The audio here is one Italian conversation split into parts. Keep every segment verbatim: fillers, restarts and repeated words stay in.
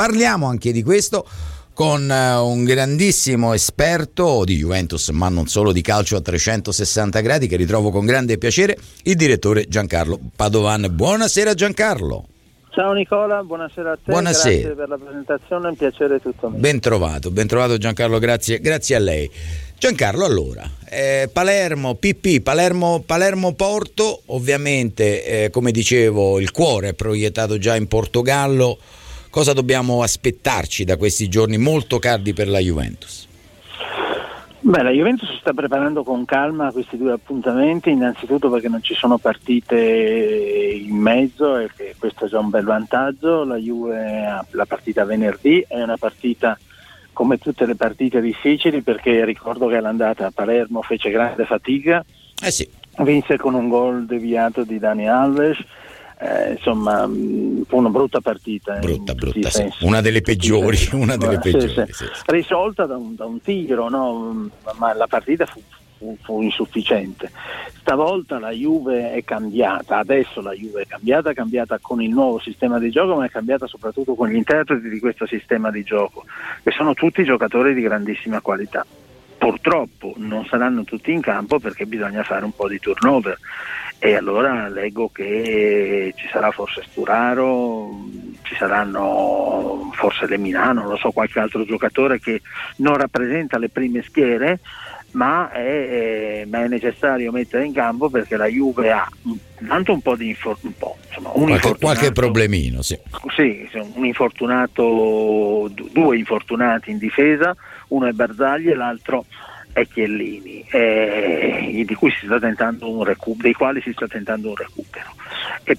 Parliamo anche di questo con uh, un grandissimo esperto di Juventus, ma non solo, di calcio a trecentosessanta gradi, che ritrovo con grande piacere, il direttore Giancarlo Padovan. Buonasera Giancarlo. Ciao Nicola, buonasera a te. Buonasera. Grazie per la presentazione, è un piacere tutto mio. Ben trovato, ben trovato Giancarlo, grazie, grazie a lei. Giancarlo, allora, eh, Palermo, P P, Palermo, Palermo Porto, ovviamente, eh, come dicevo, il cuore è proiettato già in Portogallo. Cosa dobbiamo aspettarci da questi giorni molto caldi per la Juventus? Beh, la Juventus si sta preparando con calma a questi due appuntamenti, innanzitutto perché non ci sono partite in mezzo e che questo è già un bel vantaggio. La Juve ha la partita venerdì, è una partita come tutte le partite difficili, perché ricordo che all'andata a Palermo fece grande fatica, eh sì. vinse con un gol deviato di Dani Alves. Eh, insomma, fu una brutta partita, brutta, brutta, sì. una delle peggiori, una delle sì, peggiori, sì. Sì, sì. risolta da un, da un tiro, no? Ma la partita fu, fu, fu insufficiente. Stavolta la Juve è cambiata, adesso la Juve è cambiata, è cambiata con il nuovo sistema di gioco, ma è cambiata soprattutto con gli interpreti di questo sistema di gioco, che sono tutti giocatori di grandissima qualità. Purtroppo non saranno tutti in campo perché bisogna fare un po' di turnover, e allora leggo che ci sarà forse Sturaro, ci saranno forse Lemina, non lo so, qualche altro giocatore che non rappresenta le prime schiere, ma è, ma è necessario mettere in campo perché la Juve ha tanto un po' di infor- un po', insomma, un qualche, qualche problemino, sì. Sì, un infortunato, due infortunati in difesa, uno è Barzagli e l'altro è Chiellini, eh, di cui si sta tentando un recupero, dei quali si sta tentando un recupero, e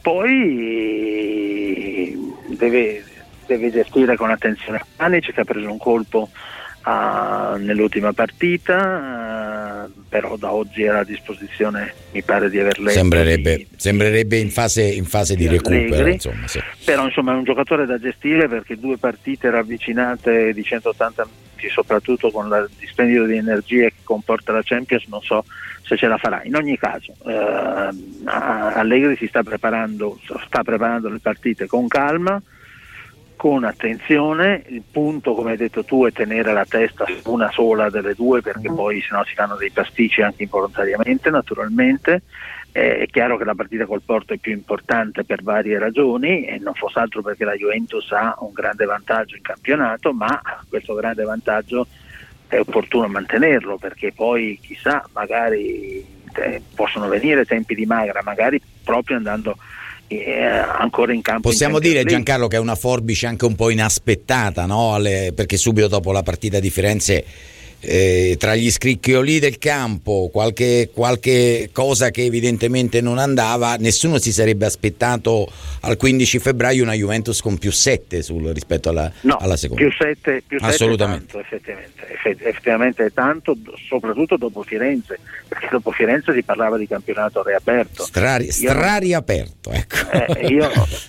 poi deve, deve gestire con attenzione Pjanic, che ha preso un colpo uh, nell'ultima partita, uh, però da oggi era a disposizione, mi pare di aver letto, sembrerebbe, di, sembrerebbe in fase, in fase di recupero, insomma, sì. Però insomma è un giocatore da gestire, perché due partite ravvicinate di centottanta minuti, soprattutto con il dispendio di energie che comporta la Champions, non so se ce la farà. In ogni caso eh, Allegri si sta preparando sta preparando le partite con calma, con attenzione. Il punto, come hai detto tu, è tenere la testa su una sola delle due, perché poi sennò si fanno dei pasticci anche involontariamente, naturalmente. È chiaro che la partita col Porto è più importante per varie ragioni, e non fosse altro perché la Juventus ha un grande vantaggio in campionato, ma questo grande vantaggio è opportuno mantenerlo, perché poi chissà, magari te, possono venire tempi di magra, magari proprio andando eh, ancora in campo. Possiamo in dire, Giancarlo, che è una forbice anche un po' inaspettata, no? Alle, perché subito dopo la partita di Firenze, Eh, tra gli scricchioli del campo, qualche, qualche cosa che evidentemente non andava, nessuno si sarebbe aspettato al quindici febbraio una Juventus con più sette sul, rispetto alla, no, alla seconda. Più sette, più assolutamente. Tanto, effettivamente, effettivamente è tanto, soprattutto dopo Firenze, perché dopo Firenze si parlava di campionato riaperto. Strari, strariaperto, ecco. Eh, io,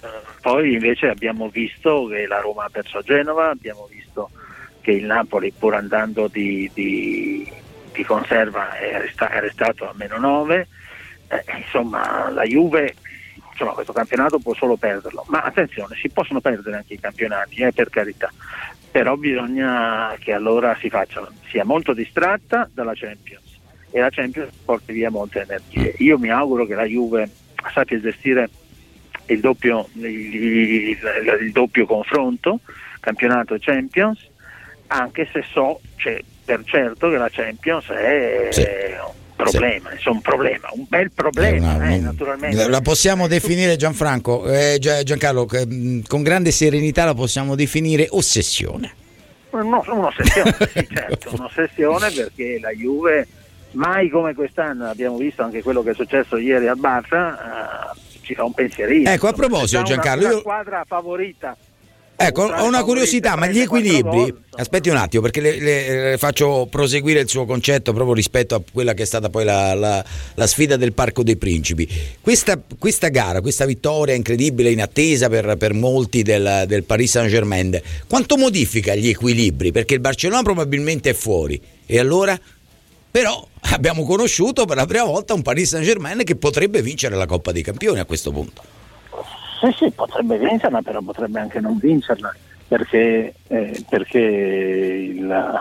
poi invece abbiamo visto che la Roma ha perso a Genova, abbiamo visto che il Napoli, pur andando di, di, di conserva, è, resta, è restato a meno nove. Eh, insomma, la Juve, insomma, questo campionato può solo perderlo, ma attenzione, si possono perdere anche i campionati, eh, per carità, però bisogna che allora si faccia, sia molto distratta dalla Champions, e la Champions porti via molte energie. Io mi auguro che la Juve sappia gestire il doppio, il, il, il doppio confronto, campionato e Champions, anche se so, cioè, per certo che la Champions è sì. un problema, sì. insomma un problema, un bel problema, una, eh, un, naturalmente. La possiamo definire, Gianfranco, eh, Giancarlo, con grande serenità la possiamo definire ossessione. No, un'ossessione, sì, certo, un'ossessione, perché la Juve, mai come quest'anno, abbiamo visto anche quello che è successo ieri al Barça, uh, ci fa un pensierino. Ecco, a proposito, Giancarlo, una, una io... squadra favorita. Ecco, ho una curiosità, ma gli equilibri, aspetti un attimo, perché le, le, le faccio proseguire il suo concetto proprio rispetto a quella che è stata poi la, la, la sfida del Parco dei Principi. Questa, questa gara, questa vittoria incredibile, in attesa per, per molti del, del Paris Saint-Germain, quanto modifica gli equilibri? Perché il Barcellona probabilmente è fuori, e allora? Però abbiamo conosciuto per la prima volta un Paris Saint-Germain che potrebbe vincere la Coppa dei Campioni a questo punto. Sì, sì, potrebbe vincerla, però potrebbe anche non vincerla. perché, eh, perché il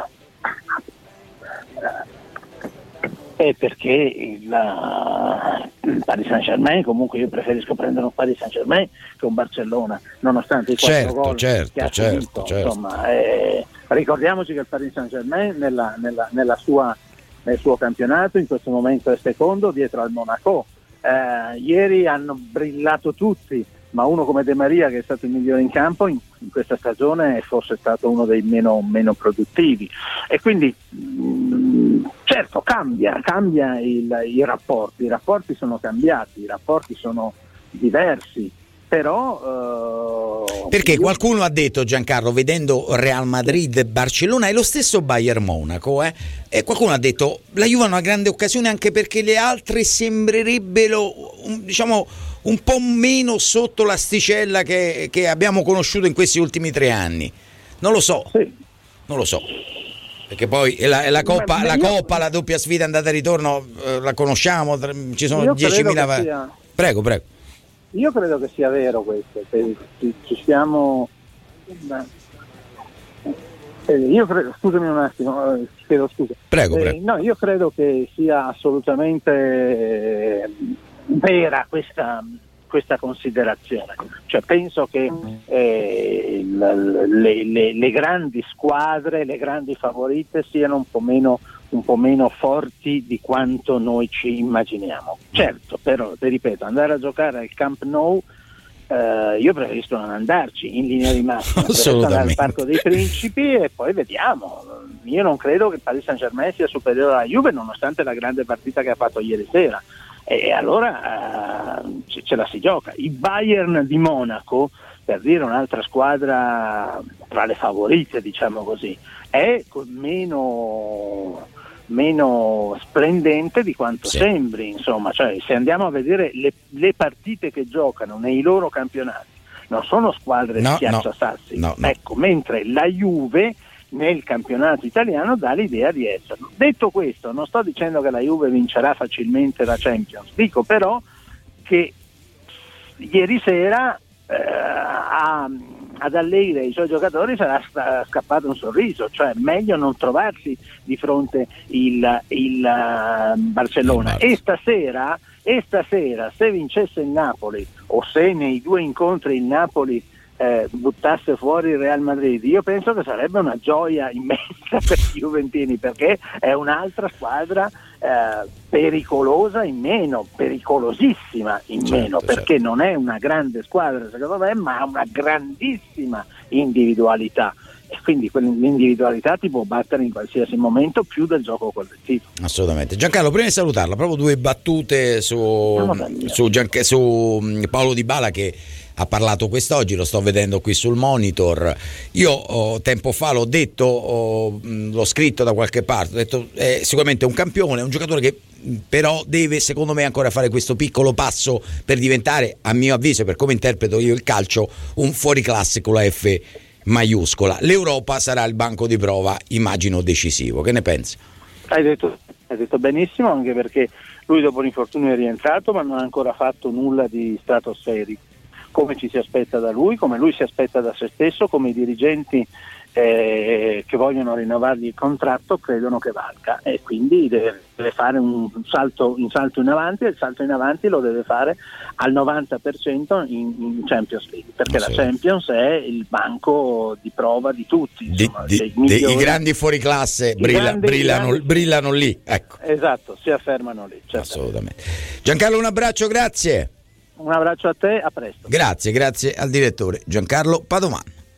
è perché il, il Paris Saint-Germain, comunque io preferisco prendere un Paris Saint-Germain che un Barcellona, nonostante i quattro certo, gol certo, che ha certo, vinto, certo. Insomma, eh, ricordiamoci che il Paris Saint-Germain nella, nella, nella sua, nel suo campionato in questo momento è secondo dietro al Monaco. Eh, ieri hanno brillato tutti, ma uno come De Maria, che è stato il migliore in campo in, in questa stagione, è forse stato uno dei meno, meno produttivi, e quindi mh, certo cambia, cambia il, i rapporti, i rapporti sono cambiati, i rapporti sono diversi, però uh, perché io... qualcuno ha detto, Giancarlo, vedendo Real Madrid e Barcellona e lo stesso Bayern Monaco, eh, e qualcuno ha detto la Juve ha una grande occasione anche perché le altre sembrerebbero, diciamo, un po' meno sotto l'asticella che, che abbiamo conosciuto in questi ultimi tre anni. Non lo so, sì. non lo so. Perché poi la, la, Coppa, Ma la io... Coppa, la doppia sfida andata e ritorno, eh, la conosciamo, ci sono diecimila... Sia... Prego, prego. Io credo che sia vero questo, che ci stiamo... Io credo, scusami un attimo, ti chiedo scusa. Prego, prego. Eh, no, io credo che sia assolutamente vera questa, questa considerazione. Cioè penso che eh, le, le, le grandi squadre, le grandi favorite siano un po' meno un po' meno forti di quanto noi ci immaginiamo. Certo, però ti ripeto, andare a giocare al Camp Nou, eh, io preferisco non andarci in linea di massima, preferisco andare al Parco dei Principi e poi vediamo. Io non credo che il Paris Saint-Germain sia superiore alla Juve, nonostante la grande partita che ha fatto ieri sera, e allora eh, ce, ce la si gioca. Il Bayern di Monaco, per dire un'altra squadra tra le favorite, diciamo così, è meno meno splendente di quanto sì. sembri, insomma, cioè se andiamo a vedere le, le partite che giocano nei loro campionati non sono squadre no, di schiacciasassi, no, no, ecco, no. Mentre la Juve nel campionato italiano dà l'idea di esserlo. Detto questo, non sto dicendo che la Juve vincerà facilmente la Champions, dico però che ieri sera eh, a ad Allegri e ai suoi giocatori sarà scappato un sorriso, cioè meglio non trovarsi di fronte il, il uh, Barcellona. E stasera, e stasera se vincesse il Napoli o se nei due incontri il Napoli eh, buttasse fuori il Real Madrid, io penso che sarebbe una gioia immensa per i juventini, perché è un'altra squadra eh, pericolosa in meno, pericolosissima in certo, meno, perché certo. non è una grande squadra secondo me, ma ha una grandissima individualità, e quindi quell'individualità ti può battere in qualsiasi momento più del gioco collettivo. Assolutamente. Giancarlo, prima di salutarla, proprio due battute su, su, Gian, su Paolo Dybala, che ha parlato quest'oggi, lo sto vedendo qui sul monitor. Io oh, tempo fa l'ho detto, oh, l'ho scritto da qualche parte, ho detto è sicuramente un campione, un giocatore che però deve secondo me ancora fare questo piccolo passo per diventare, a mio avviso, per come interpreto io il calcio, un fuoriclasse con la F maiuscola. L'Europa sarà il banco di prova, immagino, decisivo. Che ne pensi? Hai detto, hai detto benissimo, anche perché lui dopo l'infortunio è rientrato, ma non ha ancora fatto nulla di stratosferico, come ci si aspetta da lui, come lui si aspetta da se stesso, come i dirigenti eh, che vogliono rinnovargli il contratto credono che valga, e quindi deve, deve fare un salto, un salto in avanti, e il salto in avanti lo deve fare al novanta per cento in, in Champions League, perché sì. la Champions è il banco di prova di tutti, insomma, di, di, migliori, i grandi fuoriclasse brilla, grandi, brillano, grandi, brillano lì, ecco. Esatto, si affermano lì, certamente. Assolutamente. Giancarlo, un abbraccio, grazie. Un abbraccio a te, a presto. Grazie, grazie al direttore Giancarlo Padovan.